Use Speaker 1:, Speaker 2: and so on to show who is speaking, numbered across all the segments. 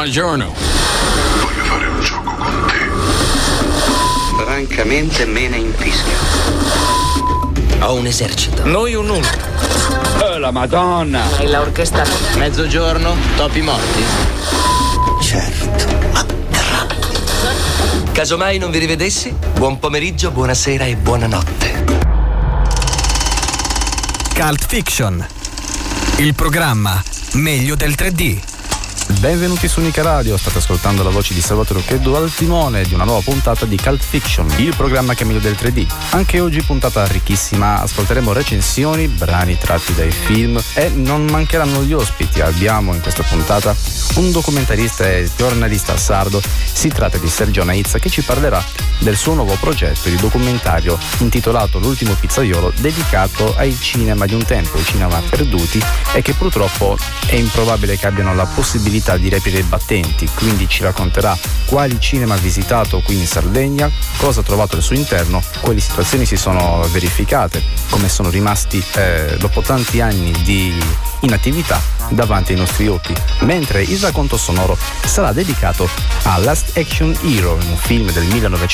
Speaker 1: Buongiorno.
Speaker 2: Voglio fare un gioco con te.
Speaker 3: Francamente me ne infischio.
Speaker 4: Ho un esercito.
Speaker 5: Noi un nulla.
Speaker 1: La Madonna.
Speaker 6: E l'orchestra.
Speaker 4: Mezzogiorno, topi morti.
Speaker 3: Certo, atterrati.
Speaker 4: Casomai non vi rivedessi, buon pomeriggio, buonasera e buonanotte.
Speaker 7: Cult Fiction, il programma meglio del 3D.
Speaker 8: Benvenuti su Unica Radio, state ascoltando la voce di Salvatore Occhetto al timone di una nuova puntata di Cult Fiction, il programma che è meglio del 3D. Anche oggi puntata ricchissima, ascolteremo recensioni, brani tratti dai film e non mancheranno gli ospiti. Abbiamo in questa puntata un documentarista e giornalista sardo, si tratta di Sergio Naizza, che ci parlerà del suo nuovo progetto di documentario intitolato L'ultimo pizzaiolo, dedicato ai cinema di un tempo, i cinema perduti, e che purtroppo è improbabile che abbiano la possibilità di riaprire i battenti. Quindi ci racconterà quali cinema ha visitato qui in Sardegna, cosa ha trovato al suo interno, quali situazioni si sono verificate, come sono rimasti dopo tanti anni di inattività davanti ai nostri occhi, mentre il racconto sonoro sarà dedicato a Last Action Hero, un film del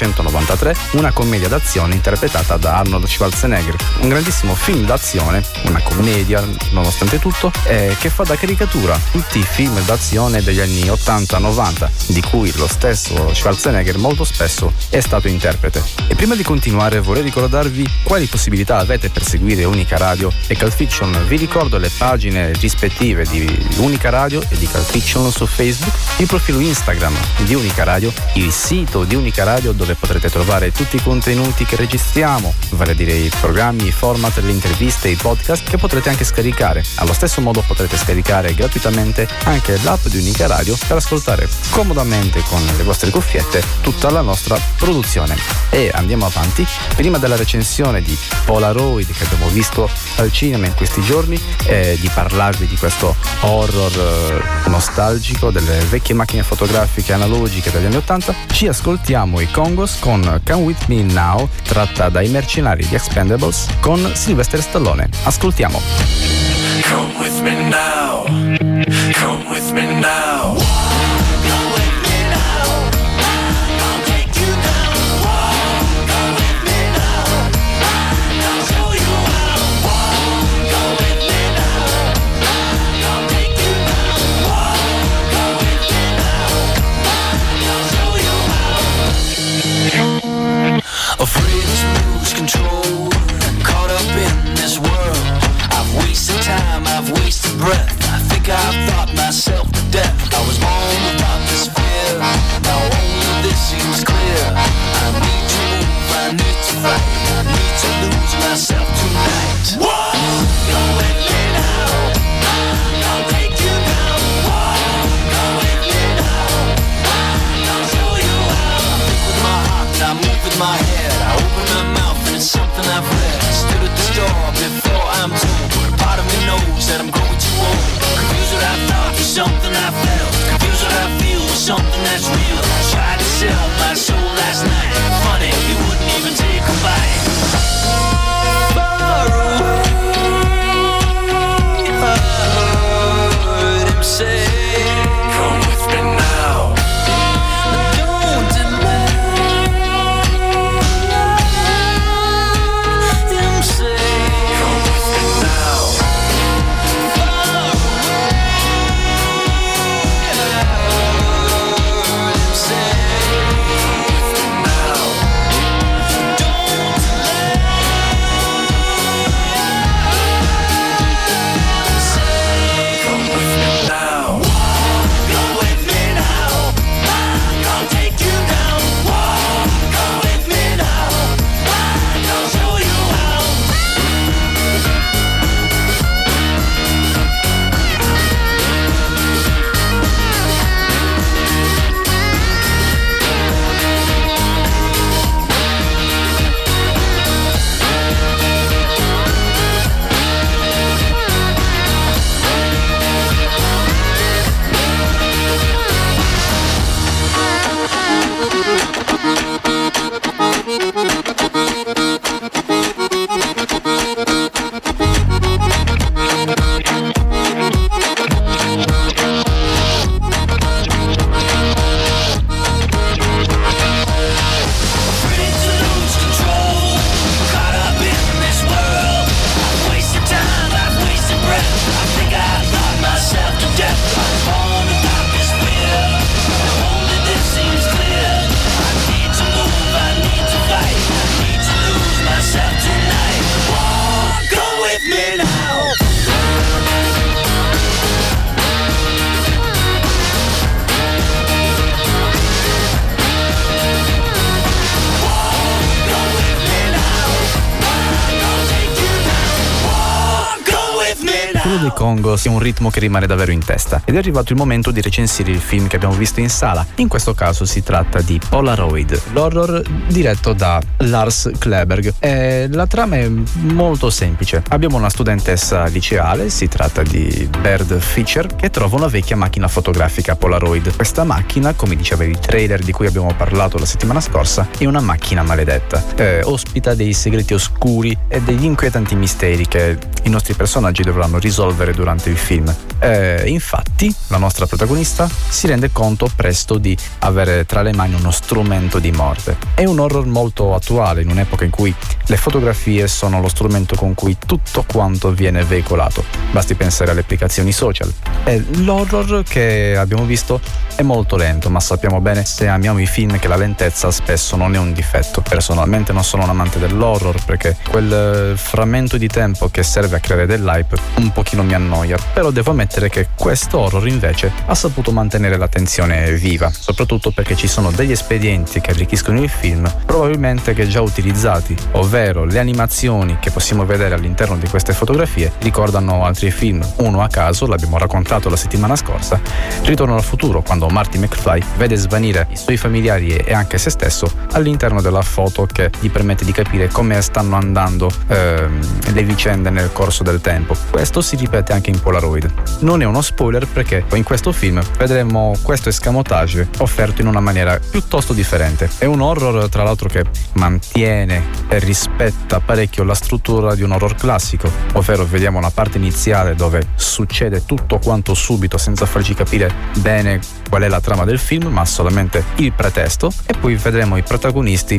Speaker 8: 1993, una commedia d'azione interpretata da Arnold Schwarzenegger, un grandissimo film d'azione, una commedia nonostante tutto, che fa da caricatura tutti i film d'azione degli anni 80-90, di cui lo stesso Schwarzenegger molto spesso è stato interprete. E prima di continuare vorrei ricordarvi quali possibilità avete per seguire Unica Radio e Cult Fiction. Vi ricordo le pagine rispettive di Unica Radio e di Cult Fiction su Facebook, il profilo Instagram di Unica Radio, il sito di Unica Radio dove potrete trovare tutti i contenuti che registriamo, vale a dire i programmi, i format, le interviste, i podcast che potrete anche scaricare. Allo stesso modo potrete scaricare gratuitamente anche l'app di Unica Radio per ascoltare comodamente con le vostre cuffiette tutta la nostra produzione. E andiamo avanti, prima della recensione di Polaroid che abbiamo visto al cinema in questi giorni, di parlarvi di questo horror nostalgico delle vecchie macchine fotografiche analogiche degli anni 80, ci ascoltiamo i Congos con Come With Me Now, tratta dai Mercenari di Expendables con Sylvester Stallone. Ascoltiamo.
Speaker 9: Come with me now, come with me now. Afraid to lose control, caught up in this world. I've wasted time, I've wasted breath. I think I've thought myself to death. I was born without this fear, now only this seems clear. I need to move, I need to fight, I need to lose myself tonight. Go with me now, I'll take you down. Go with me now, I'll show you how. I think with my heart, I move with my head. Something I've read. I stood at the store before I'm told, but a part of me knows that I'm growing too old. Confused what I thought with something I felt. Confused what I feel with something that's real. I tried to sell my soul last night. Funny, it wouldn't even take a bite. Far away, I heard him say, come with me now. Don't deny.
Speaker 8: dei Congo sia un ritmo che rimane davvero in testa ed è arrivato il momento di recensire il film che abbiamo visto in sala. In questo caso si tratta di Polaroid, l'horror diretto da Lars Kleberg. La trama è molto semplice. Abbiamo una studentessa liceale, si tratta di Bird Fisher, che trova una vecchia macchina fotografica Polaroid. Questa macchina, come diceva il trailer di cui abbiamo parlato la settimana scorsa, è una macchina maledetta. Ospita dei segreti oscuri e degli inquietanti misteri che i nostri personaggi dovranno risolvere durante il film. Infatti, la nostra protagonista si rende conto presto di avere tra le mani uno strumento di morte. È un horror molto attuale, in un'epoca in cui le fotografie sono lo strumento con cui tutto quanto viene veicolato. Basti pensare alle applicazioni social. E l'horror che abbiamo visto è molto lento, ma sappiamo bene, se amiamo i film, che la lentezza spesso non è un difetto. Personalmente non sono un amante dell'horror perché quel frammento di tempo che serve a creare dell'hype un pochino mi annoia, però devo ammettere che questo horror invece ha saputo mantenere l'attenzione viva, soprattutto perché ci sono degli espedienti che arricchiscono il film, probabilmente che già utilizzati, ovvero le animazioni che possiamo vedere all'interno di queste fotografie ricordano altri film. Uno a caso, l'abbiamo raccontato la settimana scorsa, Ritorno al futuro, quando Marty McFly vede svanire i suoi familiari e anche se stesso all'interno della foto che gli permette di capire come stanno andando le vicende nel corso del tempo. Questo si ripete anche in Polaroid. Non è uno spoiler perché in questo film vedremo questo escamotage offerto in una maniera piuttosto differente. È un horror, tra l'altro, che mantiene e rispetta parecchio la struttura di un horror classico, ovvero vediamo una parte iniziale dove succede tutto quanto subito senza farci capire bene qual è la trama del film, ma solamente il pretesto, e poi vedremo i protagonisti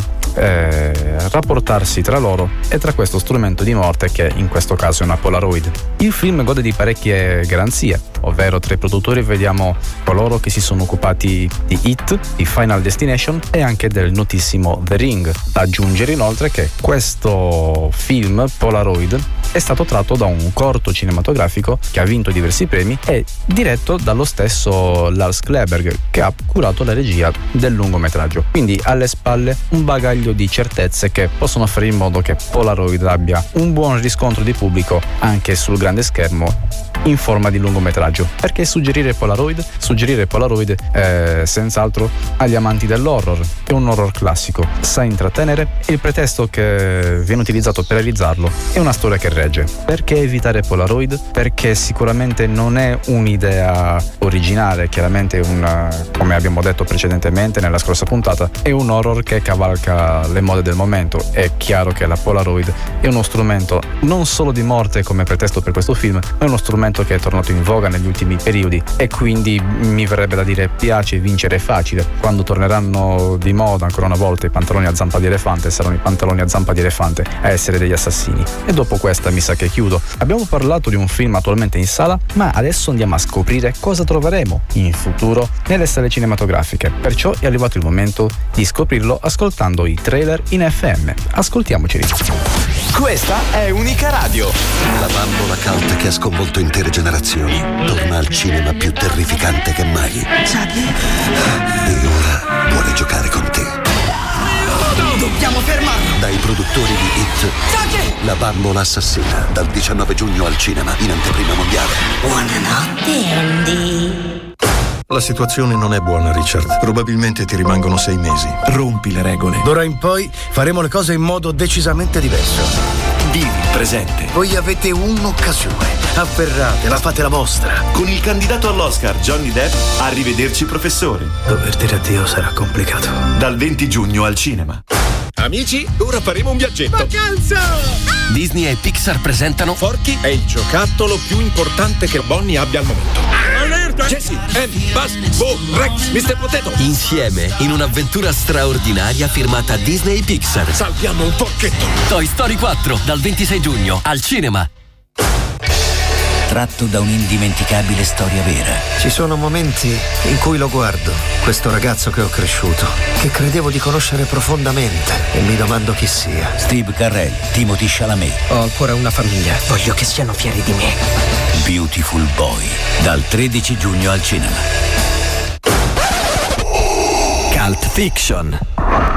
Speaker 8: rapportarsi tra loro e tra questo strumento di morte che in questo caso è una Polaroid. Il film gode di parecchie garanzie, ovvero tra i produttori vediamo coloro che si sono occupati di It, di Final Destination e anche del notissimo The Ring. Da aggiungere inoltre che questo film, Polaroid, è stato tratto da un corto cinematografico che ha vinto diversi premi e diretto dallo stesso Lars Kleberg, che ha curato la regia del lungometraggio. Quindi alle spalle un bagaglio di certezze che possono fare in modo che Polaroid abbia un buon riscontro di pubblico anche sul grande schermo in forma di lungometraggio. Perché suggerire Polaroid? Suggerire Polaroid senz'altro agli amanti dell'horror. È un horror classico, sa intrattenere e il pretesto che viene utilizzato per realizzarlo è una storia che regge. Perché evitare Polaroid? Perché sicuramente non è un'idea originale, chiaramente come abbiamo detto precedentemente nella scorsa puntata, è un horror che cavalca le mode del momento. È chiaro che la Polaroid è uno strumento non solo di morte come pretesto per questo film, ma è uno strumento che è tornato in voga negli ultimi periodi e quindi mi verrebbe da dire piace vincere facile. Quando torneranno di moda ancora una volta i pantaloni a zampa di elefante, saranno i pantaloni a zampa di elefante a essere degli assassini. E dopo questa mi sa che chiudo. Abbiamo parlato di un film attualmente in sala, ma adesso andiamo a scoprire cosa troveremo in futuro nelle sale cinematografiche. Perciò è arrivato il momento di scoprirlo ascoltando i trailer in FM. Ascoltiamoceli.
Speaker 5: Questa è Unica Radio.
Speaker 3: La bambola cult che ha sconvolto intere generazioni torna al cinema più terrificante che mai. E ora vuole giocare con te.
Speaker 5: Dobbiamo fermarlo.
Speaker 3: Dai produttori di It, La bambola assassina, dal 19 giugno al cinema, in anteprima mondiale.
Speaker 6: Buonanotte, Andy.
Speaker 10: La situazione non è buona, Richard. Probabilmente ti rimangono 6 mesi.
Speaker 11: Rompi le regole. D'ora in poi faremo le cose in modo decisamente diverso.
Speaker 5: Vivi il presente.
Speaker 11: Voi avete un'occasione. Afferratela, fate la vostra.
Speaker 12: Con il candidato all'Oscar Johnny Depp, arrivederci professore.
Speaker 11: Dover dire addio sarà complicato.
Speaker 12: Dal 20 giugno al cinema.
Speaker 13: Amici, ora faremo un viaggetto.
Speaker 14: Vacanza!
Speaker 5: Disney e Pixar presentano
Speaker 13: Forky è il giocattolo più importante che Bonnie abbia al momento.
Speaker 14: Allerta!
Speaker 13: Jessie, Andy, Buzz, Bo, Rex, Mr. Potato.
Speaker 5: insieme in un'avventura straordinaria firmata Disney e Pixar.
Speaker 13: Salviamo un porchetto.
Speaker 5: Toy Story 4 dal 26 giugno al cinema.
Speaker 15: Tratto da un'indimenticabile storia vera.
Speaker 11: Ci sono momenti in cui lo guardo, questo ragazzo che ho cresciuto, che credevo di conoscere profondamente, e mi domando chi sia.
Speaker 15: Steve Carell, Timothée Chalamet.
Speaker 11: Ho ancora una famiglia.
Speaker 15: Voglio che siano fieri di me. Beautiful Boy, dal 13 giugno al cinema.
Speaker 7: Cult Fiction.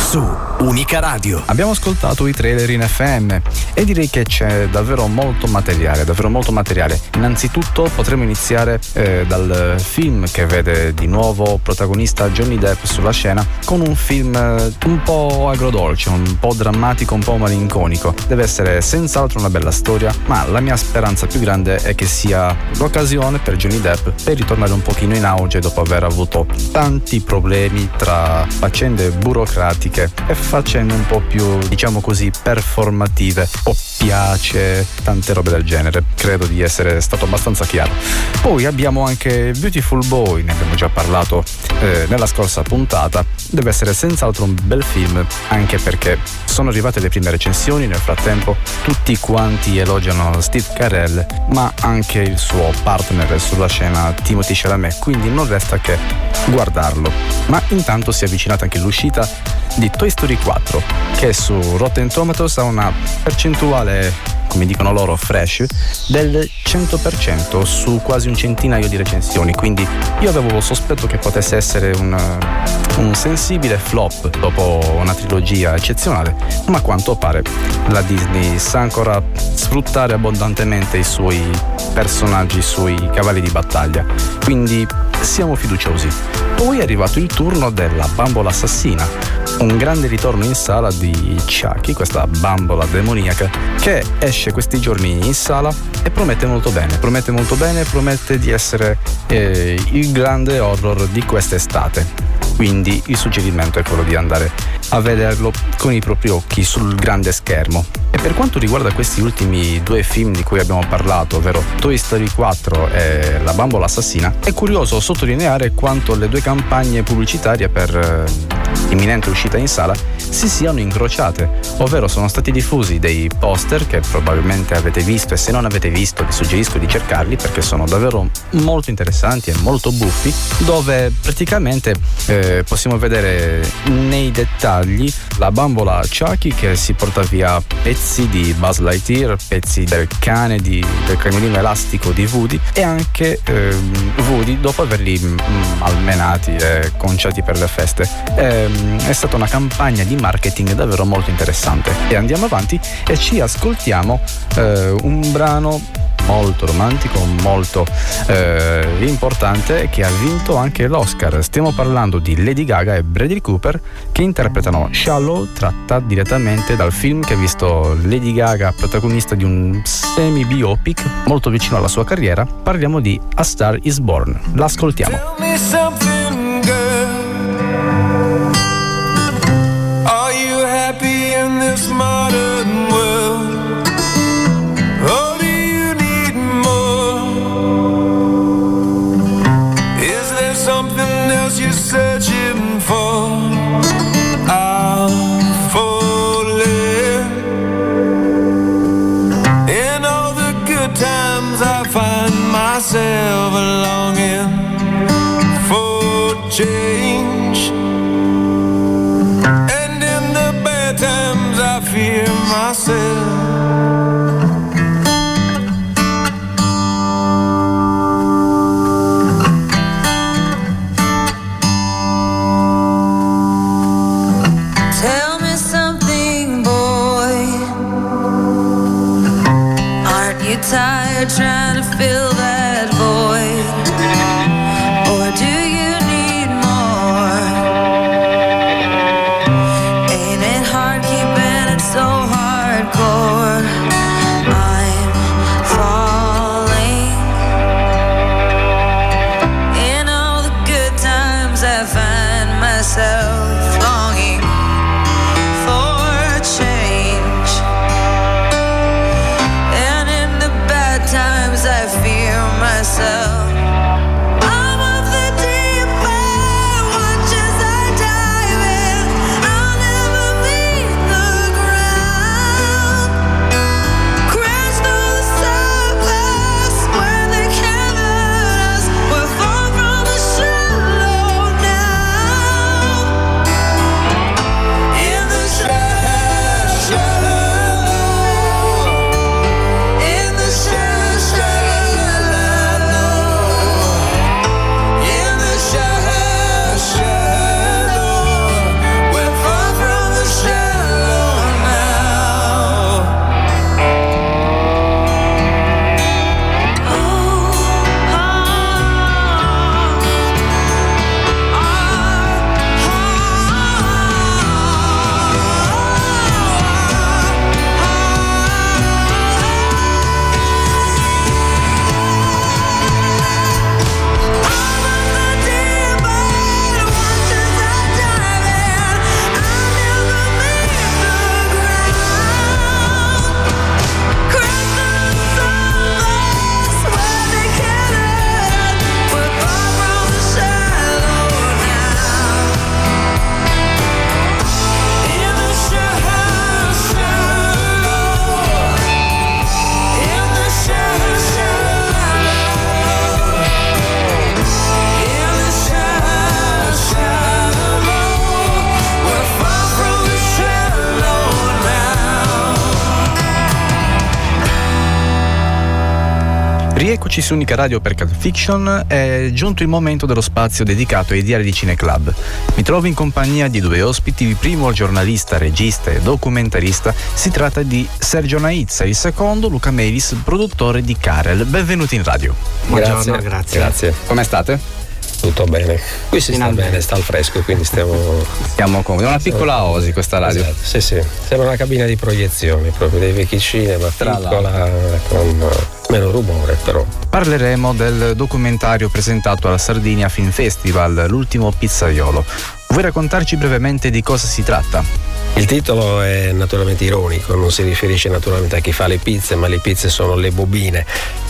Speaker 7: su Unica Radio.
Speaker 8: Abbiamo ascoltato i trailer in FM e direi che c'è davvero molto materiale. Innanzitutto potremmo iniziare dal film che vede di nuovo protagonista Johnny Depp sulla scena, con un film un po' agrodolce, un po' drammatico, un po' malinconico. Deve essere senz'altro una bella storia, ma la mia speranza più grande è che sia l'occasione per Johnny Depp per ritornare un pochino in auge dopo aver avuto tanti problemi tra faccende burocratiche e faccende un po' più, diciamo così, performative o piace, tante robe del genere. Credo di essere stato abbastanza chiaro. Poi abbiamo anche Beautiful Boy, ne abbiamo già parlato nella scorsa puntata. Deve essere senz'altro un bel film, anche perché sono arrivate le prime recensioni. Nel frattempo tutti quanti elogiano Steve Carell, ma anche il suo partner sulla scena Timothée Chalamet, quindi non resta che guardarlo. Ma intanto si è avvicinata anche l'uscita di Toy Story 4, che su Rotten Tomatoes ha una percentuale, come dicono loro, fresh del 100% su quasi un centinaio di recensioni. Quindi io avevo sospetto che potesse essere un sensibile flop dopo una trilogia eccezionale, ma a quanto pare la Disney sa ancora sfruttare abbondantemente i suoi personaggi, i suoi cavalli di battaglia, quindi siamo fiduciosi. Poi è arrivato il turno della Bambola Assassina, un grande ritorno in sala di Chucky, questa bambola demoniaca che esce questi giorni in sala e promette molto bene, promette di essere il grande horror di quest'estate. Quindi il suggerimento è quello di andare a vederlo con i propri occhi sul grande schermo. E per quanto riguarda questi ultimi due film di cui abbiamo parlato, ovvero Toy Story 4 e La Bambola Assassina, è curioso sottolineare quanto le due campagne pubblicitarie per imminente uscita in sala si siano incrociate, ovvero sono stati diffusi dei poster che probabilmente avete visto, e se non avete visto vi suggerisco di cercarli perché sono davvero molto interessanti e molto buffi, dove praticamente possiamo vedere nei dettagli la bambola Chucky che si porta via pezzi di Buzz Lightyear, pezzi del cane del cagnolino elastico di Woody, e anche Woody dopo averli malmenati e conciati per le feste. È stata una campagna di marketing davvero molto interessante. E andiamo avanti e ci ascoltiamo un brano molto romantico, molto importante, che ha vinto anche l'Oscar. Stiamo parlando di Lady Gaga e Bradley Cooper che interpretano Shallow, tratta direttamente dal film che ha visto Lady Gaga protagonista di un semi-biopic molto vicino alla sua carriera. Parliamo di A Star Is Born. L'ascoltiamo.
Speaker 9: Tell me something, girl. Are you happy in this modern world? Or do you need more? Is there something else you're searching for? I'm falling. In all the good times I find myself longing for
Speaker 8: Rieccoci su Unica Radio per Cult Fiction. È giunto il momento dello spazio dedicato ai diari di Cineclub. Mi trovo in compagnia di due ospiti. Il primo, giornalista, regista e documentarista. Si tratta di Sergio Naizza, il secondo Luca Melis, produttore di Karel. Benvenuti in radio.
Speaker 14: Buongiorno,
Speaker 8: grazie. Come state?
Speaker 14: Tutto bene. Qui si sta bene, sta al fresco, quindi stiamo
Speaker 8: comodi. È una piccola oasi questa radio.
Speaker 14: Esatto, sì. Sembra una cabina di proiezione, proprio dei vecchi cinema, piccola, con meno rumore, però.
Speaker 8: Parleremo del documentario presentato alla Sardinia Film Festival, L'ultimo pizzaiolo. Vuoi raccontarci brevemente di cosa si tratta?
Speaker 14: Il titolo è naturalmente ironico, non si riferisce naturalmente a chi fa le pizze, ma le pizze sono le bobine.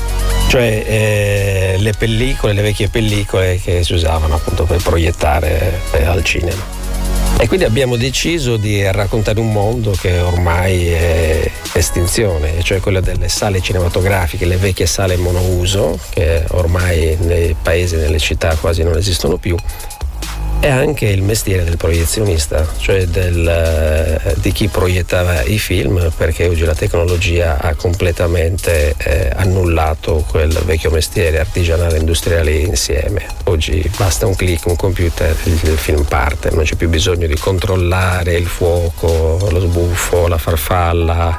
Speaker 14: Cioè le pellicole, le vecchie pellicole che si usavano appunto per proiettare al cinema. E quindi abbiamo deciso di raccontare un mondo che ormai è estinzione, cioè quello delle sale cinematografiche, le vecchie sale monouso, che ormai nei paesi, nelle città quasi non esistono più. E anche il mestiere del proiezionista, cioè di chi proiettava i film, perché oggi la tecnologia ha completamente annullato quel vecchio mestiere artigianale e industriale insieme. Oggi basta un click, un computer, il film parte, non c'è più bisogno di controllare il fuoco, lo sbuffo, la farfalla,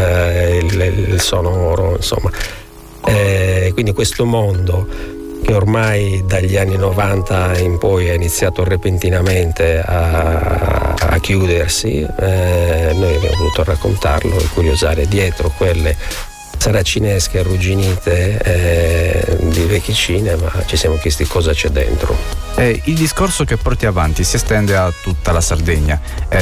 Speaker 14: il sonoro, insomma. Quindi questo mondo che ormai dagli anni 90 in poi ha iniziato repentinamente a chiudersi, noi abbiamo voluto raccontarlo e curiosare dietro quelle saracinesche arrugginite di vecchi cinema. Ci siamo chiesti cosa c'è dentro.
Speaker 8: Il discorso che porti avanti si estende a tutta la Sardegna.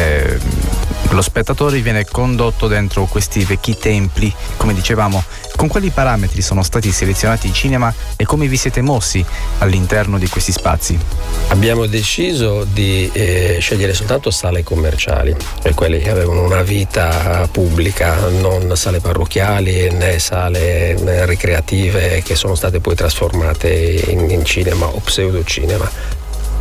Speaker 8: Lo spettatore viene condotto dentro questi vecchi templi, come dicevamo. Con quali parametri sono stati selezionati i cinema e come vi siete mossi all'interno di questi spazi?
Speaker 14: Abbiamo deciso di scegliere soltanto sale commerciali, cioè quelle che avevano una vita pubblica, non sale parrocchiali né sale ricreative che sono state poi trasformate in cinema o pseudocinema.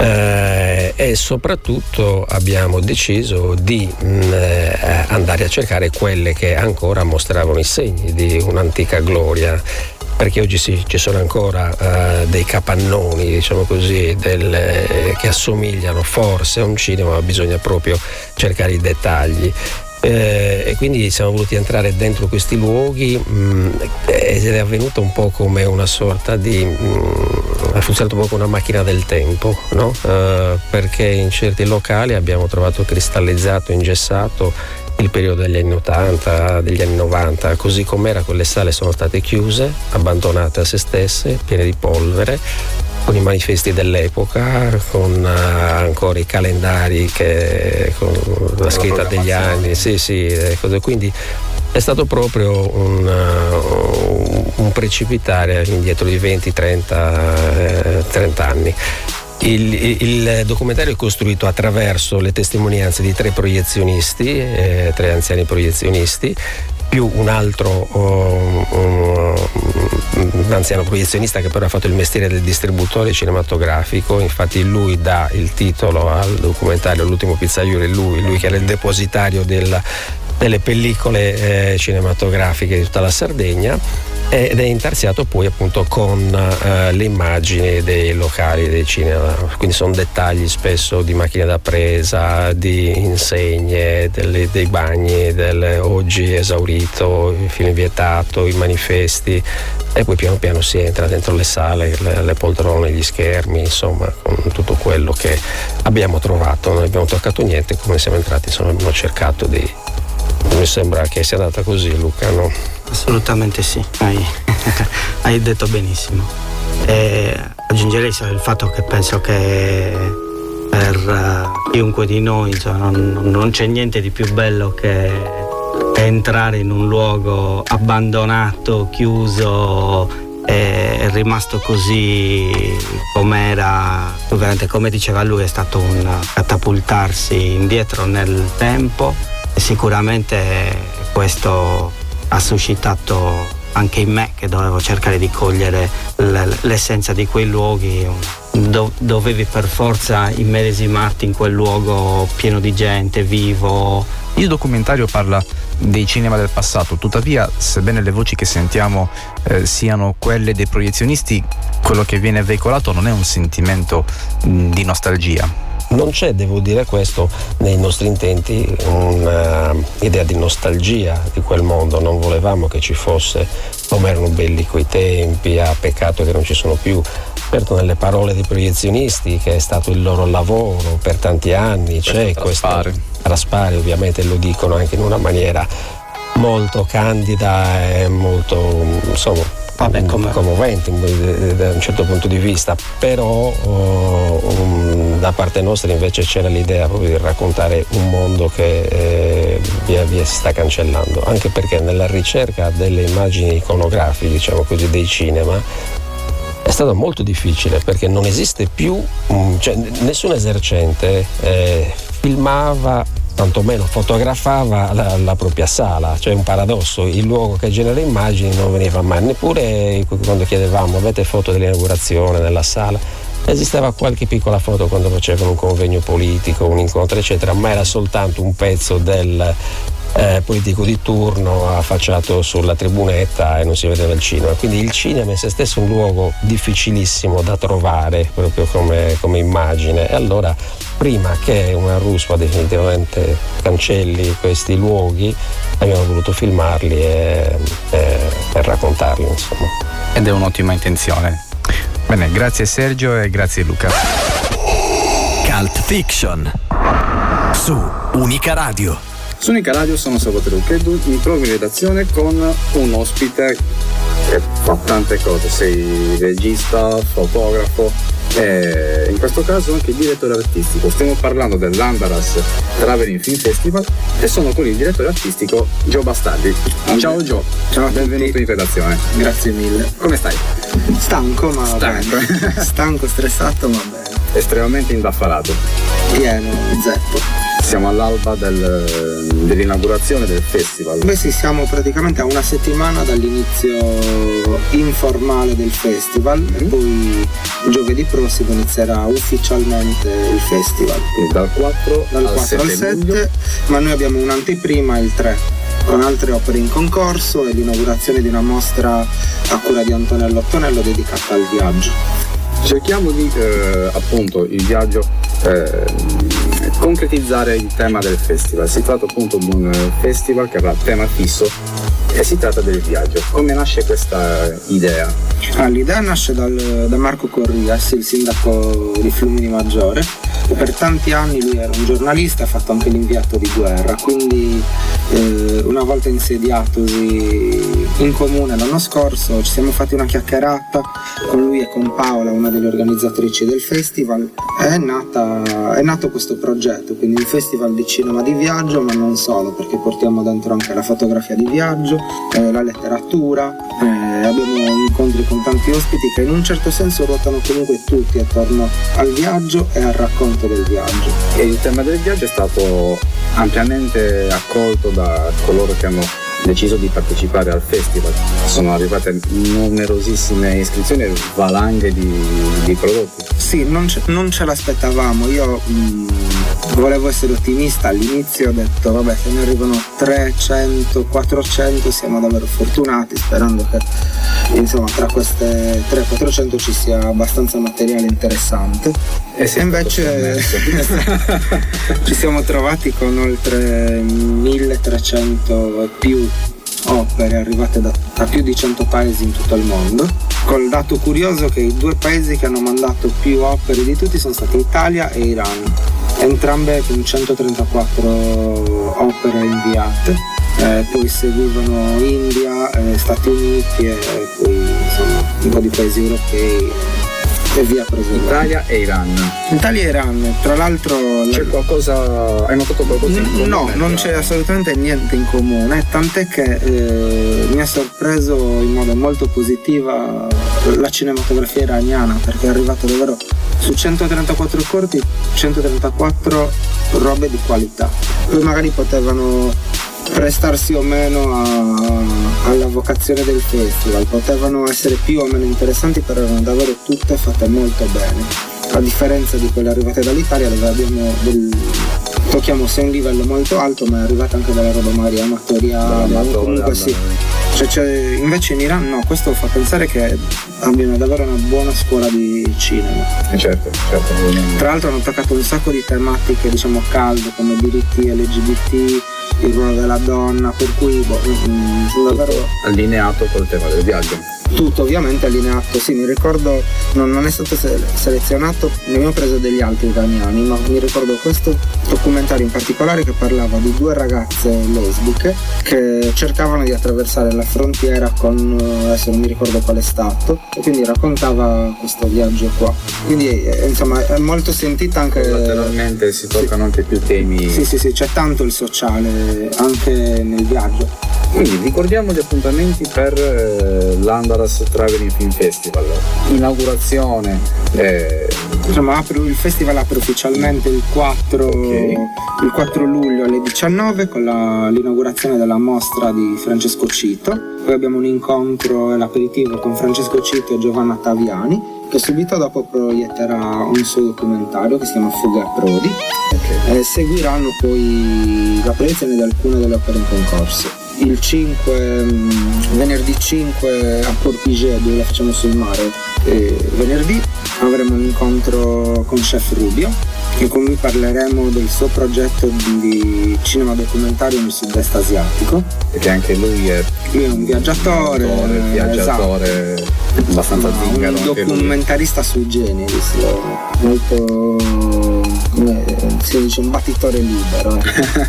Speaker 14: E soprattutto abbiamo deciso di andare a cercare quelle che ancora mostravano i segni di un'antica gloria, perché oggi ci sono ancora dei capannoni, diciamo così, che assomigliano forse a un cinema, ma bisogna proprio cercare i dettagli. E quindi siamo voluti entrare dentro questi luoghi ed è avvenuto un po' come una sorta ha funzionato un po' come una macchina del tempo, no? Perché in certi locali abbiamo trovato cristallizzato, ingessato il periodo degli anni 80, degli anni 90, così com'era. Quelle sale sono state chiuse, abbandonate a se stesse, piene di polvere, con i manifesti dell'epoca, con ancora i calendari con la scritta degli anni, quindi è stato proprio un precipitare indietro di 20, 30 anni. Il documentario è costruito attraverso le testimonianze di 3 proiezionisti, 3 anziani proiezionisti, più un altro un anziano proiezionista che però ha fatto il mestiere del distributore cinematografico. Infatti lui dà il titolo al documentario L'ultimo pizzaiolo, lui che era il depositario delle pellicole cinematografiche di tutta la Sardegna, ed è intarsiato poi appunto con le immagini dei locali dei cinema, quindi sono dettagli spesso di macchine da presa, di insegne, dei bagni, oggi esaurito, il film vietato, i manifesti, e poi piano piano si entra dentro le sale, le poltrone, gli schermi, insomma, con tutto quello che abbiamo trovato. Non abbiamo toccato niente, come siamo entrati abbiamo cercato di... Mi sembra che sia andata così, Luca, no?
Speaker 16: Assolutamente sì, hai detto benissimo. Aggiungerei solo il fatto che penso che per chiunque di noi, insomma, non c'è niente di più bello che entrare in un luogo abbandonato, chiuso, è rimasto così com'era. Ovviamente, come diceva lui, è stato un catapultarsi indietro nel tempo, e sicuramente questo ha suscitato anche in me, che dovevo cercare di cogliere l'essenza di quei luoghi. Dovevi per forza immedesimarti in quel luogo pieno di gente, vivo.
Speaker 8: Il documentario parla dei cinema del passato, tuttavia, sebbene le voci che sentiamo siano quelle dei proiezionisti, quello che viene veicolato non è un sentimento di nostalgia.
Speaker 14: Non c'è, devo dire questo, nei nostri intenti un'idea di nostalgia di quel mondo. Non volevamo che ci fosse come erano belli quei tempi, peccato che non ci sono più. Certo, nelle parole dei proiezionisti, che è stato il loro lavoro per tanti anni, c'è questo traspare, ovviamente lo dicono anche in una maniera molto candida e molto, insomma, commovente da un certo punto di vista, però da parte nostra invece c'era l'idea proprio di raccontare un mondo che via via si sta cancellando, anche perché nella ricerca delle immagini iconografiche, diciamo così, dei cinema è stato molto difficile, perché non esiste più, cioè nessun esercente filmava, tantomeno fotografava la propria sala. Cioè un paradosso, il luogo che genera immagini non veniva mai, neppure quando chiedevamo avete foto dell'inaugurazione nella sala. Esisteva qualche piccola foto quando facevano un convegno politico, un incontro eccetera, ma era soltanto un pezzo del politico di turno affacciato sulla tribunetta e non si vedeva il cinema. Quindi il cinema in se stesso è un luogo difficilissimo da trovare proprio come immagine, e allora prima che una ruspa definitivamente cancelli questi luoghi abbiamo voluto filmarli e raccontarli, insomma.
Speaker 8: Ed è un'ottima intenzione. Bene, grazie Sergio e grazie Luca.
Speaker 5: Cult Fiction su Unica Radio.
Speaker 8: Su Unica Radio sono Salvatore Luccheddu, mi trovo in redazione con un ospite che fa tante cose, sei regista, fotografo e in questo caso anche direttore artistico. Stiamo parlando dell'Andaras Traveling Film Festival e sono con il direttore artistico Gio Bastardi. Ciao Gio. Ciao, benvenuto in redazione.
Speaker 17: Grazie mille.
Speaker 8: Come stai?
Speaker 17: Stanco, ma bene. Stanco, stressato, ma bene.
Speaker 8: Estremamente indaffarato.
Speaker 17: Pieno, zeppo.
Speaker 8: Siamo all'alba dell'inaugurazione del festival.
Speaker 17: Beh sì, siamo praticamente a una settimana dall'inizio informale del festival, e poi giovedì prossimo inizierà ufficialmente il festival.
Speaker 8: Quindi dal 4
Speaker 17: al 7, ma noi abbiamo un'anteprima il 3, con altre opere in concorso e l'inaugurazione di una mostra a cura di Antonello Ottonello dedicata al viaggio.
Speaker 8: Cerchiamo di appunto il viaggio concretizzare il tema del festival. Si tratta appunto di un festival che avrà tema fisso e si tratta del viaggio. Come nasce questa idea?
Speaker 17: L'idea nasce da Marco Corrias, il sindaco di Flumini Maggiore, e per tanti anni lui era un giornalista, ha fatto anche l'inviato di guerra, quindi una volta insediatosi in comune l'anno scorso ci siamo fatti una chiacchierata con lui e con Paola, una delle organizzatrici del festival. È nato questo progetto, quindi un festival di cinema di viaggio, ma non solo, perché portiamo dentro anche la fotografia di viaggio, la letteratura, abbiamo incontri con tanti ospiti che in un certo senso ruotano comunque tutti attorno al viaggio e al racconto del viaggio.
Speaker 8: E il tema del viaggio è stato ampiamente accolto da coloro che hanno deciso di partecipare al festival. Sono arrivate numerosissime iscrizioni e valanghe di prodotti.
Speaker 17: Sì, non ce l'aspettavamo. Io volevo essere ottimista all'inizio, ho detto vabbè, se ne arrivano 300, 400 siamo davvero fortunati, sperando che insomma tra queste 300-400 ci sia abbastanza materiale interessante. E invece ci siamo trovati con oltre 1300 e più opere arrivate da più di 100 paesi in tutto il mondo, col dato curioso che i due paesi che hanno mandato più opere di tutti sono stati Italia e Iran, entrambe con 134 opere inviate. Poi seguivano India, Stati Uniti e poi insomma un po' di paesi europei e via proseguendo.
Speaker 8: Italia e Iran. Tra l'altro c'è qualcosa, hai notato qualcosa in comune?
Speaker 17: No, non c'è assolutamente niente in comune, tant'è che mi ha sorpreso in modo molto positivo la cinematografia iraniana, perché è arrivato davvero su 134 corti, 134 robe di qualità. Poi magari potevano prestarsi o meno alla vocazione del festival, potevano essere più o meno interessanti, però erano davvero tutte fatte molto bene, a differenza di quelle arrivate dall'Italia, dove abbiamo tocchiamo sia un livello molto alto, ma è arrivata anche della roba magari amatoriale, comunque sì. Invece in Iran no, questo fa pensare che abbiano davvero una buona scuola di cinema.
Speaker 8: Certo.
Speaker 17: Tra l'altro hanno toccato un sacco di tematiche, diciamo, calde, come diritti LGBT, il ruolo della donna, per cui sono davvero
Speaker 8: allineato col tema del viaggio.
Speaker 17: Tutto ovviamente allineato, sì, mi ricordo, non è stato selezionato, ne abbiamo preso degli altri iraniani, ma mi ricordo questo documentario in particolare che parlava di 2 ragazze lesbiche che cercavano di attraversare la frontiera con, adesso non mi ricordo quale stato, e quindi raccontava questo viaggio qua. Quindi insomma è molto sentita anche.
Speaker 8: Lateralmente si toccano anche più temi.
Speaker 17: Sì, c'è tanto il sociale anche nel viaggio.
Speaker 8: Quindi ricordiamo gli appuntamenti per l'Andaras Traveling Film Festival. Inaugurazione.
Speaker 17: Insomma, il festival apre ufficialmente il 4 luglio alle 19 con l'inaugurazione della mostra di Francesco Cito. Poi abbiamo un incontro e l'aperitivo con Francesco Cito e Giovanna Taviani, che subito dopo proietterà un suo documentario che si chiama Fuga a Prodi. Seguiranno poi la proiezione di alcune delle opere in concorso. Venerdì 5 a Portiget, dove la facciamo sul mare, venerdì avremo un incontro con Chef Rubio, e con lui parleremo del suo progetto di cinema documentario nel sud-est asiatico.
Speaker 8: Perché anche lui è
Speaker 17: un viaggiatore,
Speaker 8: esatto. Abbastanza zingaro,
Speaker 17: un documentarista sui generis, molto, come si dice, un battitore libero.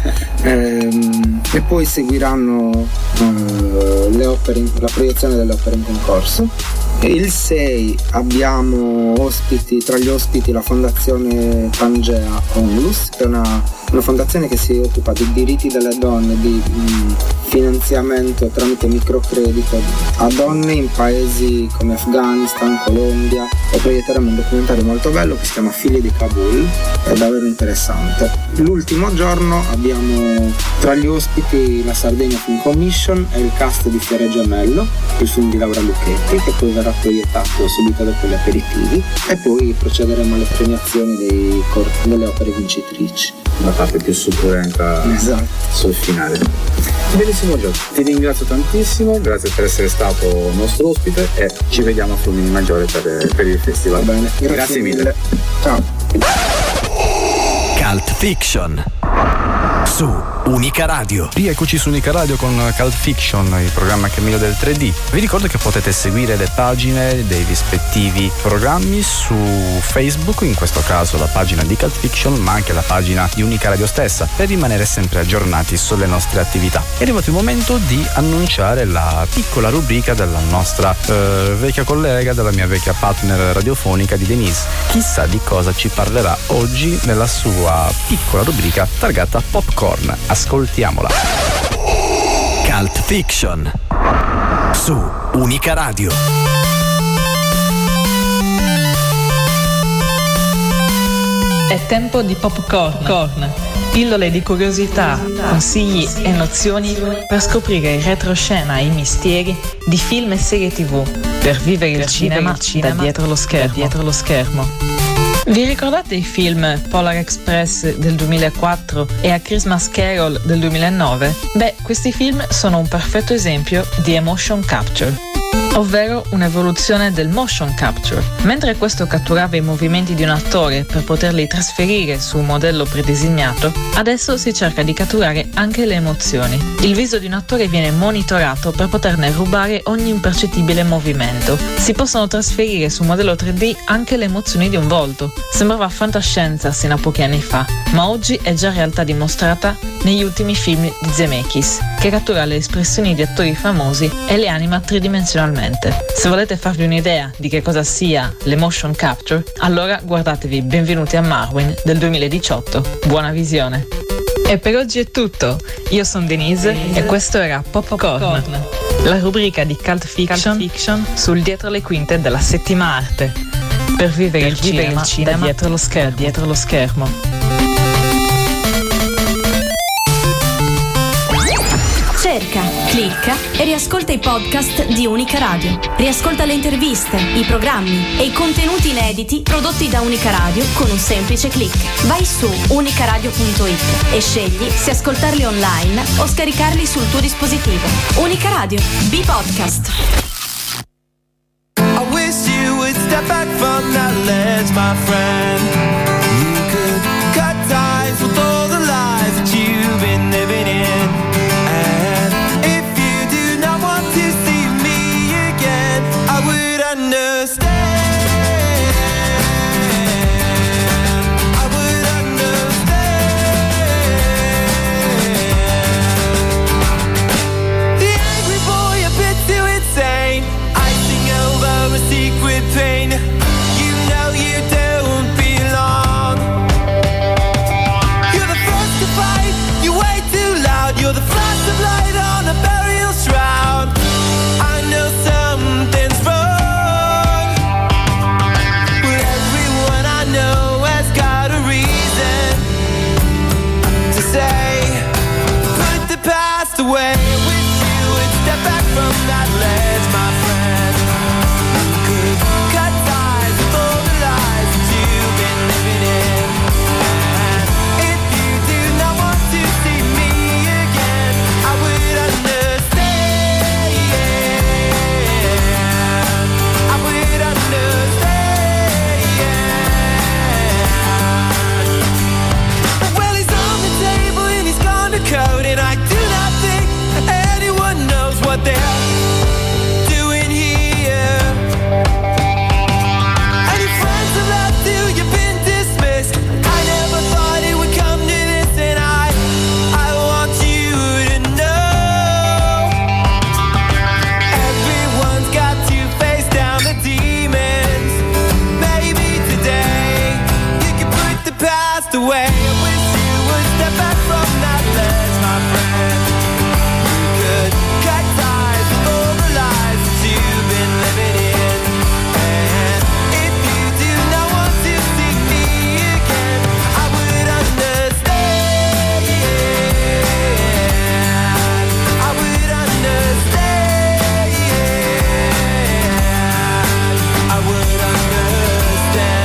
Speaker 17: E poi seguiranno le opere, la proiezione delle opere in concorso. Il 6 abbiamo tra gli ospiti la fondazione Pangea Onlus, che è una fondazione che si occupa di diritti delle donne, di finanziamento tramite microcredito a donne in paesi come Afghanistan, Colombia, e proietteremo un documentario molto bello che si chiama Figli di Kabul, è davvero interessante. L'ultimo giorno abbiamo tra gli ospiti la Sardegna Film Commission e il cast di Fiore Gemello, il film di Laura Lucchetti, che poi verrà proiettato subito dopo gli aperitivi, e poi procederemo alle premiazioni delle opere vincitrici.
Speaker 8: La parte più succulenta, esatto, sul finale. Benissimo Gio, ti ringrazio tantissimo, grazie per essere stato nostro ospite e ci vediamo a Flumini Maggiore per il festival.
Speaker 17: Va bene, grazie mille. Ciao.
Speaker 7: Cult Fiction su Unica Radio.
Speaker 8: Rieccoci su Unica Radio con Cult Fiction, il programma che è meglio del 3D. Vi ricordo che potete seguire le pagine dei rispettivi programmi su Facebook, in questo caso la pagina di Cult Fiction, ma anche la pagina di Unica Radio stessa, per rimanere sempre aggiornati sulle nostre attività. È arrivato il momento di annunciare la piccola rubrica della nostra vecchia collega, della mia vecchia partner radiofonica di Denise. Chissà di cosa ci parlerà oggi nella sua piccola rubrica targata Popcorn. Ascoltiamola.
Speaker 7: Cult Fiction su Unica Radio.
Speaker 18: È tempo di popcorn. Pillole di curiosità, consigli e nozioni per scoprire il retroscena e i misteri di film e serie TV, per vivere il cinema da dietro lo schermo. Vi ricordate i film Polar Express del 2004 e A Christmas Carol del 2009? Beh, questi film sono un perfetto esempio di emotion capture, ovvero un'evoluzione del motion capture. Mentre questo catturava i movimenti di un attore per poterli trasferire su un modello predesignato, adesso si cerca di catturare anche le emozioni. Il viso di un attore viene monitorato per poterne rubare ogni impercettibile movimento. Si possono trasferire su un modello 3D anche le emozioni di un volto. Sembrava fantascienza sino a pochi anni fa, ma oggi è già realtà dimostrata negli ultimi film di Zemeckis, che cattura le espressioni di attori famosi e le anima tridimensionalmente. Se volete farvi un'idea di che cosa sia l'emotion capture, allora guardatevi Benvenuti a Marwen del 2018. Buona visione! E per oggi è tutto. Io sono Denise e questo era Popcorn, la rubrica di Cult Fiction sul dietro le quinte della settima arte, per vivere il cinema da dietro lo schermo.
Speaker 19: Cerca, clicca e riascolta i podcast di Unica Radio. Riascolta le interviste, i programmi e i contenuti inediti prodotti da Unica Radio con un semplice click. Vai su unicaradio.it e scegli se ascoltarli online o scaricarli sul tuo dispositivo. Unica Radio, B-Podcast.
Speaker 9: I wish you would step back from that ledge, my friend. You could cut ties with all the lies that you've been living in. And if you do not want to see me again, I would understand. I would understand. The angry boy, a bit too insane, icing over a secret pain. You know you don't belong. You're the first to fight, you're way too loud. You're the flash of light on a burial shroud. I know something's wrong. Well, everyone I know has got a reason to say, put the past away. Wish you would step back from that ledge, my friend. Could cut ties with all the lies that you've been living in. And if you do not want to see me again, I would understand. I would understand. Well, he's on the table and he's gone to code, and I do not think anyone knows what they're doing here. And your friends have left you, you've been dismissed. I never thought it would come to this, and I want you to know, everyone's got to face down the demons. Maybe today you can put the past away. I wish you would step back from that ledge, my friend. You could cut ties with all the lies that you've been living in. And if you do not want to see me again, I would understand. I would understand. I would understand.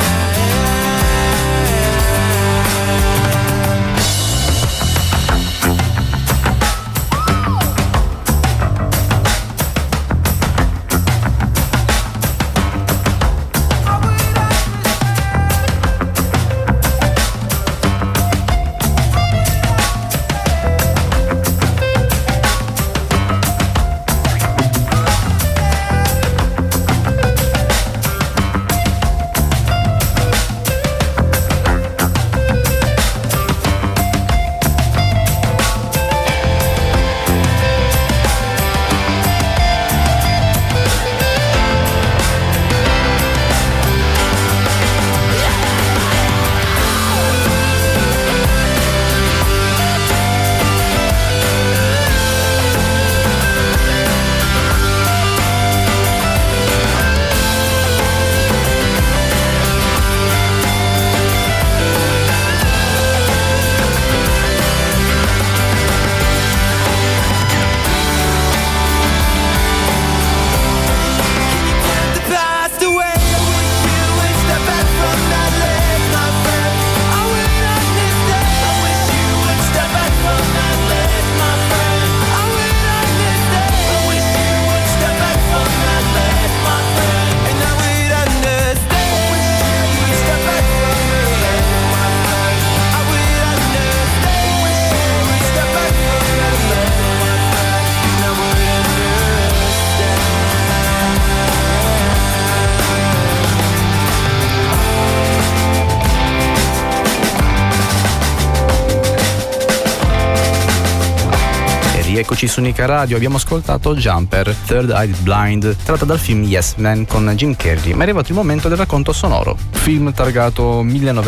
Speaker 8: Eccoci su Unica Radio, abbiamo ascoltato Jumper, Third Eyed Blind, tratta dal film Yes Man con Jim Carrey, ma è arrivato il momento del racconto sonoro. Film targato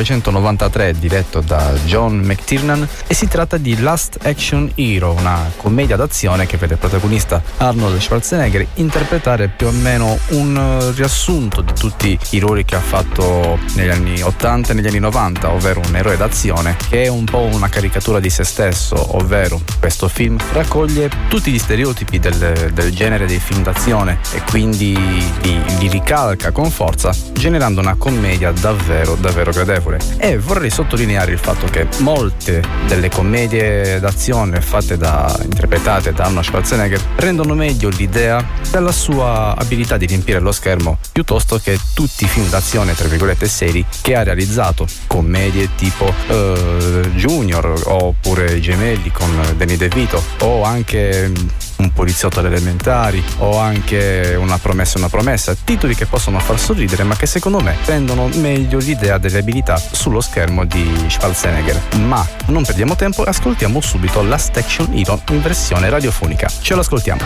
Speaker 8: 1993, diretto da John McTiernan, e si tratta di Last Action Hero, una commedia d'azione che vede protagonista Arnold Schwarzenegger interpretare più o meno un riassunto di tutti i ruoli che ha fatto negli anni 80 e negli anni 90, ovvero un eroe d'azione che è un po' una caricatura di se stesso, ovvero questo film racconta scoglie tutti gli stereotipi del genere dei film d'azione e quindi li ricalca con forza, generando una commedia davvero gradevole. E vorrei sottolineare il fatto che molte delle commedie d'azione interpretate da Arnold Schwarzenegger rendono meglio l'idea della sua abilità di riempire lo schermo piuttosto che tutti i film d'azione tra virgolette seri che ha realizzato, commedie tipo Junior oppure I Gemelli con Danny DeVito, o anche Un poliziotto alle elementari, o anche Una promessa, titoli che possono far sorridere ma che secondo me rendono meglio l'idea delle abilità sullo schermo di Schwarzenegger. Ma non perdiamo tempo, ascoltiamo subito Last Action Hero in versione radiofonica. Ce lo ascoltiamo.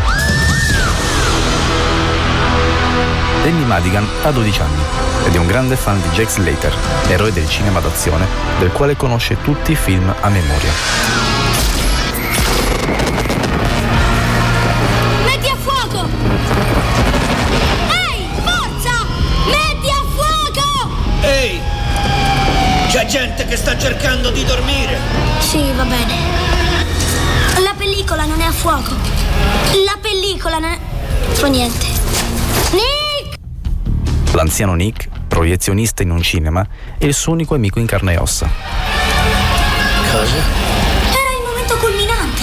Speaker 8: Danny Madigan ha 12 anni ed è un grande fan di Jack Slater, eroe del cinema d'azione, del quale conosce tutti i film a memoria.
Speaker 19: Metti a fuoco! Ehi, forza! Metti a fuoco!
Speaker 20: Ehi! C'è gente che sta cercando di dormire!
Speaker 6: Sì, va bene. La pellicola non è a fuoco. La pellicola non è... Fa niente. Nick!
Speaker 8: L'anziano Nick, proiezionista in un cinema, è il suo unico amico in carne e ossa.
Speaker 20: Cosa?
Speaker 6: Era il momento culminante.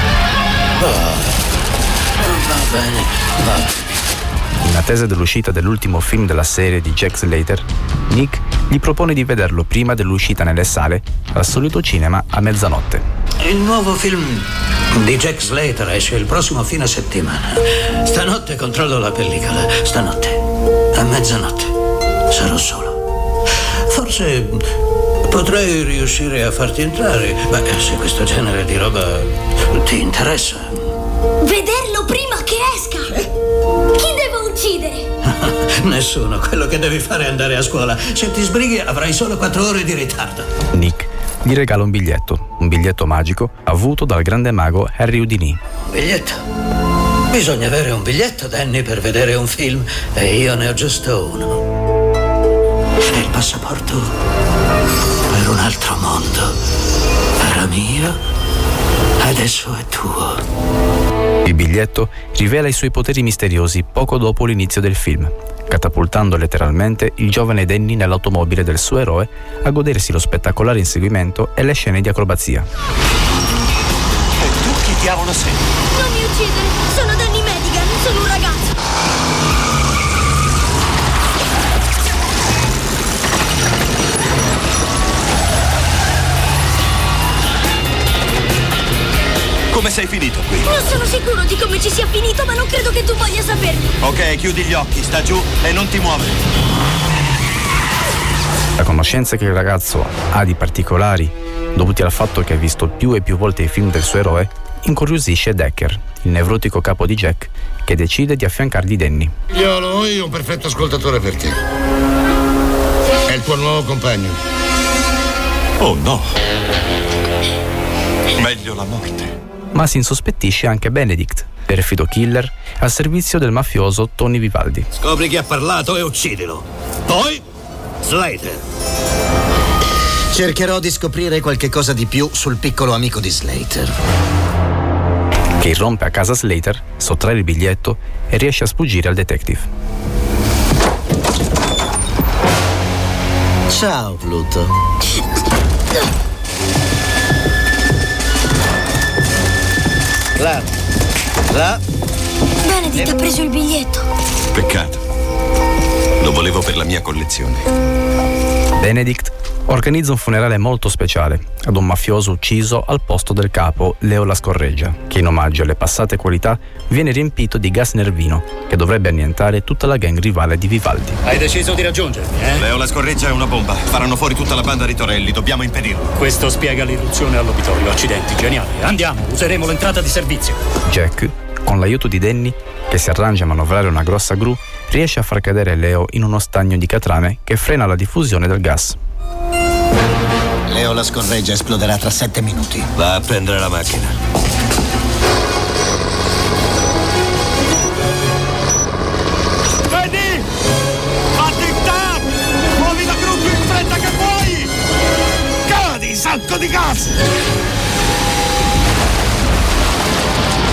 Speaker 20: Va bene, va.
Speaker 8: In attesa dell'uscita dell'ultimo film della serie di Jack Slater, Nick gli propone di vederlo prima dell'uscita nelle sale al solito cinema a mezzanotte.
Speaker 20: Il nuovo film di Jack Slater esce il prossimo fine settimana. Stanotte controllo la pellicola. Stanotte, a mezzanotte, sarò solo. Forse potrei riuscire a farti entrare. Beh, se questo genere di roba ti interessa.
Speaker 6: Vederlo prima che esca! Chi devo uccidere?
Speaker 20: Nessuno. Quello che devi fare è andare a scuola. Se ti sbrighi avrai solo 4 ore di ritardo.
Speaker 8: Nick gli regala un biglietto magico avuto dal grande mago Harry Houdini.
Speaker 20: Biglietto? Bisogna avere un biglietto, Danny, per vedere un film, e io ne ho giusto uno. È il passaporto per un altro mondo. Era mio, adesso è tuo.
Speaker 8: Il biglietto rivela i suoi poteri misteriosi poco dopo l'inizio del film, catapultando letteralmente il giovane Danny nell'automobile del suo eroe a godersi lo spettacolare inseguimento e le scene di acrobazia.
Speaker 20: E tu chi diavolo sei?
Speaker 6: Non mi uccidere! Sono Danny Madigan, sono un ragazzo!
Speaker 12: Come sei finito qui?
Speaker 6: Non sono sicuro di come ci sia finito, ma non credo che tu voglia saperlo.
Speaker 12: Ok, chiudi gli occhi, sta giù e non ti muovere.
Speaker 8: La conoscenza che il ragazzo ha di particolari, dovuti al fatto che ha visto più e più volte i film del suo eroe, incuriosisce Decker, il nevrotico capo di Jack, che decide di affiancargli Danny.
Speaker 21: Figliolo, ho un perfetto ascoltatore per te. È il tuo nuovo compagno.
Speaker 12: Oh no. Meglio la morte.
Speaker 8: Ma si insospettisce anche Benedict, perfido killer al servizio del mafioso Tony Vivaldi.
Speaker 20: Scopri chi ha parlato e uccidilo. Poi, Slater.
Speaker 11: Cercherò di scoprire qualche cosa di più sul piccolo amico di Slater.
Speaker 8: Che irrompe a casa Slater, sottrae il biglietto e riesce a sfuggire al detective.
Speaker 11: Ciao, Pluto. Là.
Speaker 6: Benedict ha preso il biglietto.
Speaker 12: Peccato. Lo volevo per la mia collezione.
Speaker 8: Benedict organizza un funerale molto speciale ad un mafioso ucciso al posto del capo Leo La Scorreggia, che in omaggio alle passate qualità viene riempito di gas nervino che dovrebbe annientare tutta la gang rivale di Vivaldi.
Speaker 22: Hai deciso di raggiungermi, eh?
Speaker 12: Leo La Scorreggia è una bomba. Faranno fuori tutta la banda Ritorelli. Dobbiamo impedirlo.
Speaker 22: Questo spiega l'irruzione all'obitorio. Accidenti, geniale. Andiamo, useremo l'entrata di servizio.
Speaker 8: Jack, con l'aiuto di Danny, che si arrangia a manovrare una grossa gru, riesce a far cadere Leo in uno stagno di catrame che frena la diffusione del gas.
Speaker 11: Leo La Scorreggia esploderà tra 7 minuti.
Speaker 20: Va a prendere la macchina.
Speaker 12: Vedi! Fatti il tac! Muovi la gru più in fretta che puoi! Cadi, sacco di gas!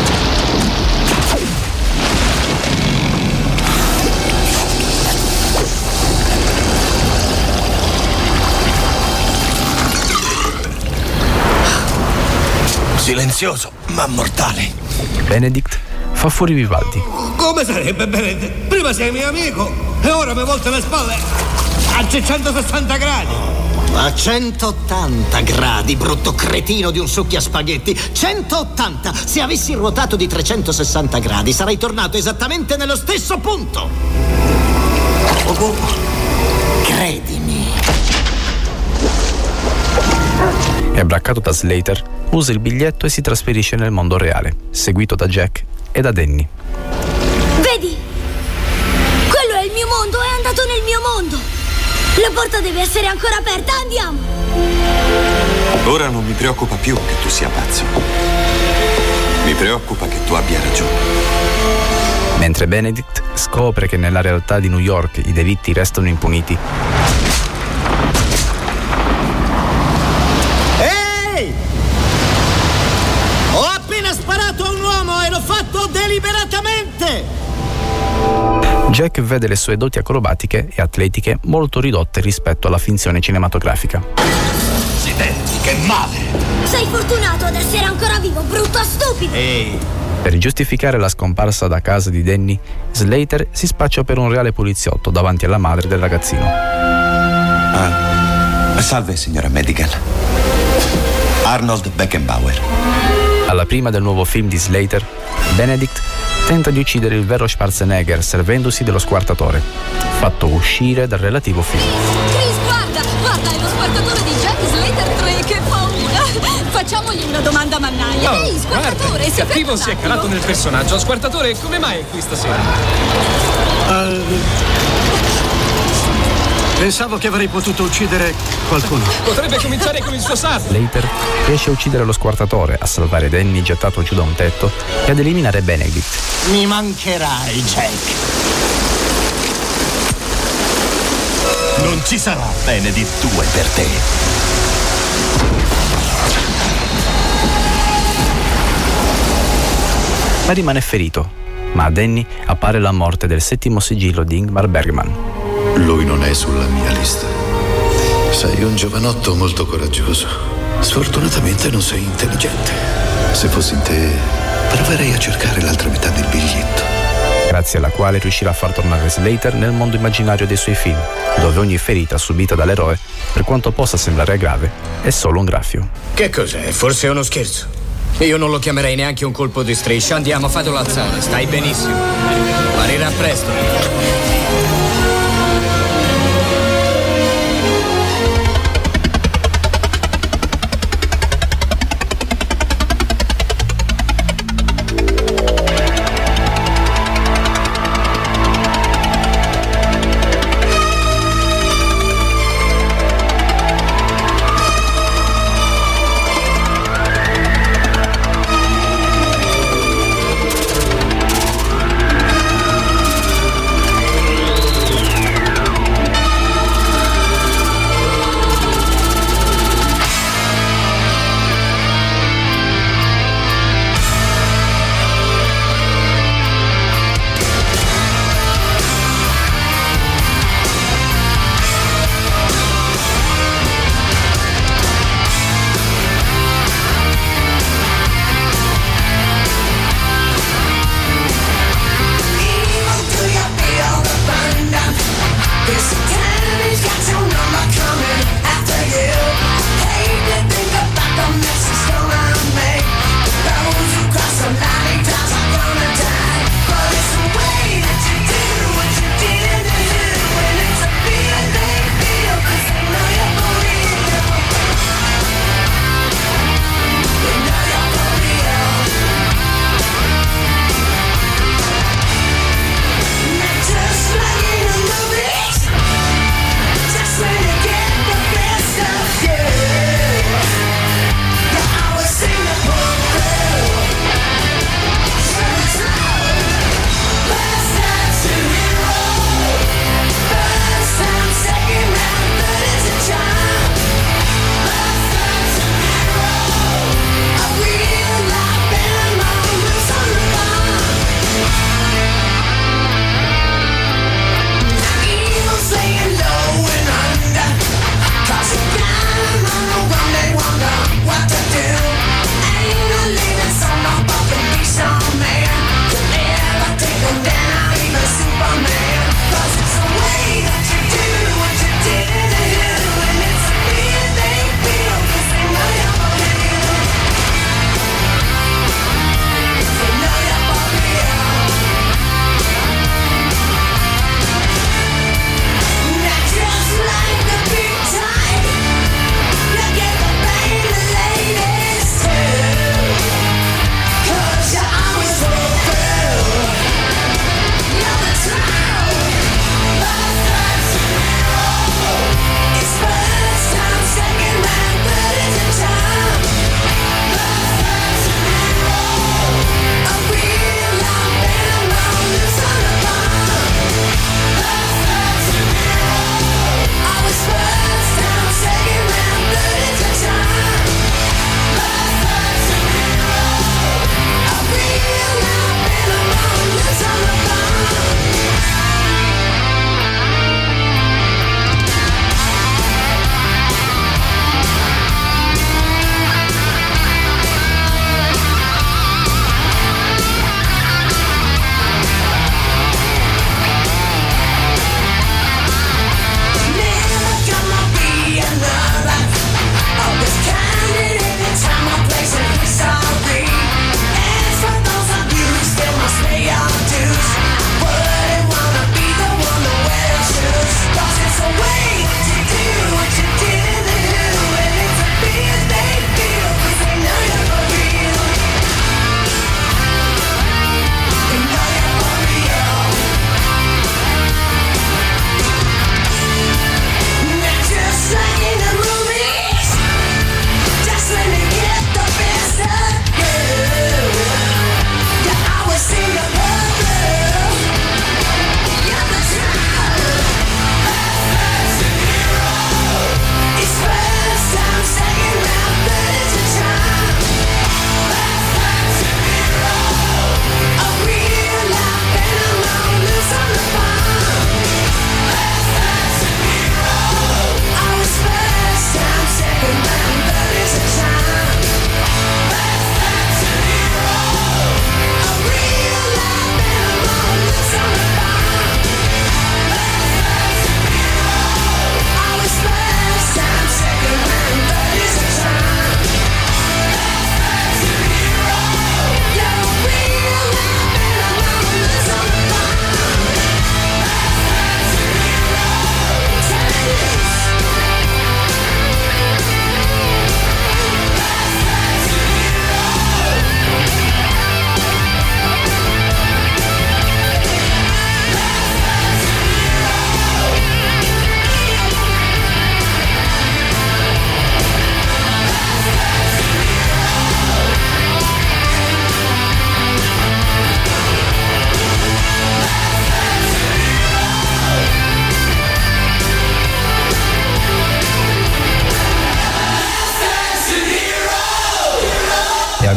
Speaker 1: Silenzioso, ma mortale.
Speaker 8: Benedict fa fuori Vivaldi.
Speaker 12: Come sarebbe, Benedict? Prima sei mio amico e ora mi volta le spalle a 160 gradi.
Speaker 11: A 180 gradi, brutto cretino di un succhia spaghetti. 180! Se avessi ruotato di 360 gradi sarei tornato esattamente nello stesso punto. Oh, credimi.
Speaker 8: E abbraccato da Slater, usa il biglietto e si trasferisce nel mondo reale, seguito da Jack e da Danny.
Speaker 6: Vedi? Quello è il mio mondo, è andato nel mio mondo. La porta deve essere ancora aperta, andiamo!
Speaker 2: Ora non mi preoccupa più che tu sia pazzo. Mi preoccupa che tu abbia ragione.
Speaker 8: Mentre Benedict scopre che nella realtà di New York i delitti restano impuniti.
Speaker 11: Ehi! Ho appena sparato a un uomo e l'ho fatto deliberatamente!
Speaker 8: Jack vede le sue doti acrobatiche e atletiche molto ridotte rispetto alla finzione cinematografica.
Speaker 1: Accidenti, che male!
Speaker 6: Sei fortunato ad essere ancora vivo, brutto stupido!
Speaker 1: Ehi!
Speaker 8: Per giustificare la scomparsa da casa di Danny, Slater si spaccia per un reale poliziotto davanti alla madre del ragazzino.
Speaker 2: Salve, signora Medical. Arnold Beckenbauer.
Speaker 8: Alla prima del nuovo film di Slater, Benedict tenta di uccidere il vero Schwarzenegger servendosi dello squartatore, fatto uscire dal relativo film.
Speaker 23: Chris, guarda, è lo squartatore di Jack Slater 3, che paura! Facciamogli una domanda mannaia. Ehi, squartatore,
Speaker 24: il cattivo si è calato nel personaggio. Squartatore, come mai è qui stasera?
Speaker 20: Pensavo che avrei potuto uccidere qualcuno.
Speaker 24: Potrebbe cominciare con il suo sasso.
Speaker 8: Slater riesce a uccidere lo squartatore, a salvare Danny gettato giù da un tetto e ad eliminare Benedict.
Speaker 11: Mi mancherai, Jack.
Speaker 1: Non ci sarà Benedict 2 per te.
Speaker 8: Ma rimane ferito. Ma a Danny appare la morte del 7° sigillo di Ingmar Bergman.
Speaker 25: Lui non è sulla mia lista. Sei un giovanotto molto coraggioso. Sfortunatamente non sei intelligente. Se fossi in te, proverei a cercare l'altra metà del biglietto.
Speaker 8: Grazie alla quale riuscirà a far tornare Slater nel mondo immaginario dei suoi film, dove ogni ferita subita dall'eroe, per quanto possa sembrare grave, è solo un graffio.
Speaker 26: Che cos'è? Forse è uno scherzo? Io non lo chiamerei neanche un colpo di striscia. Andiamo, fatelo alzare, stai benissimo. Parirà presto.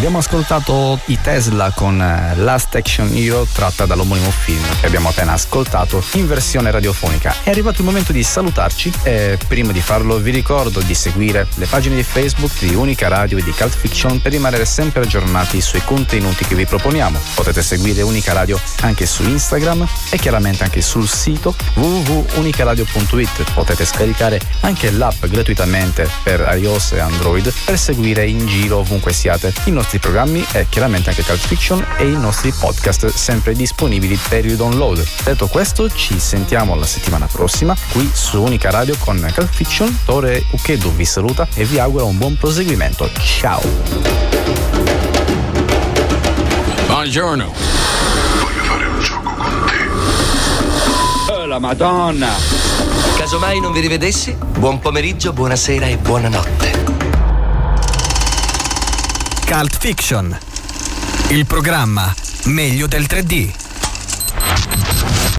Speaker 8: Abbiamo ascoltato i Tesla con Last Action Hero, tratta dall'omonimo film che abbiamo appena ascoltato in versione radiofonica. È arrivato il momento di salutarci e prima di farlo vi ricordo di seguire le pagine di Facebook di Unica Radio e di Cult Fiction per rimanere sempre aggiornati sui contenuti che vi proponiamo. Potete seguire Unica Radio anche su Instagram e chiaramente anche sul sito www.unicaradio.it. Potete scaricare anche l'app gratuitamente per iOS e Android per seguire in giro ovunque siate i nostri programmi e chiaramente anche Cult Fiction e i nostri podcast sempre disponibili per il download. Detto questo, ci sentiamo la settimana prossima qui su Unica Radio con Cult Fiction. Tore Ukedu vi saluta e vi augura un buon proseguimento. Ciao.
Speaker 1: Buongiorno.
Speaker 25: Voglio fare un gioco con te.
Speaker 3: Oh, la Madonna!
Speaker 4: Casomai non vi rivedessi, buon pomeriggio, buonasera e buonanotte.
Speaker 7: Cult Fiction, il programma meglio del 3D.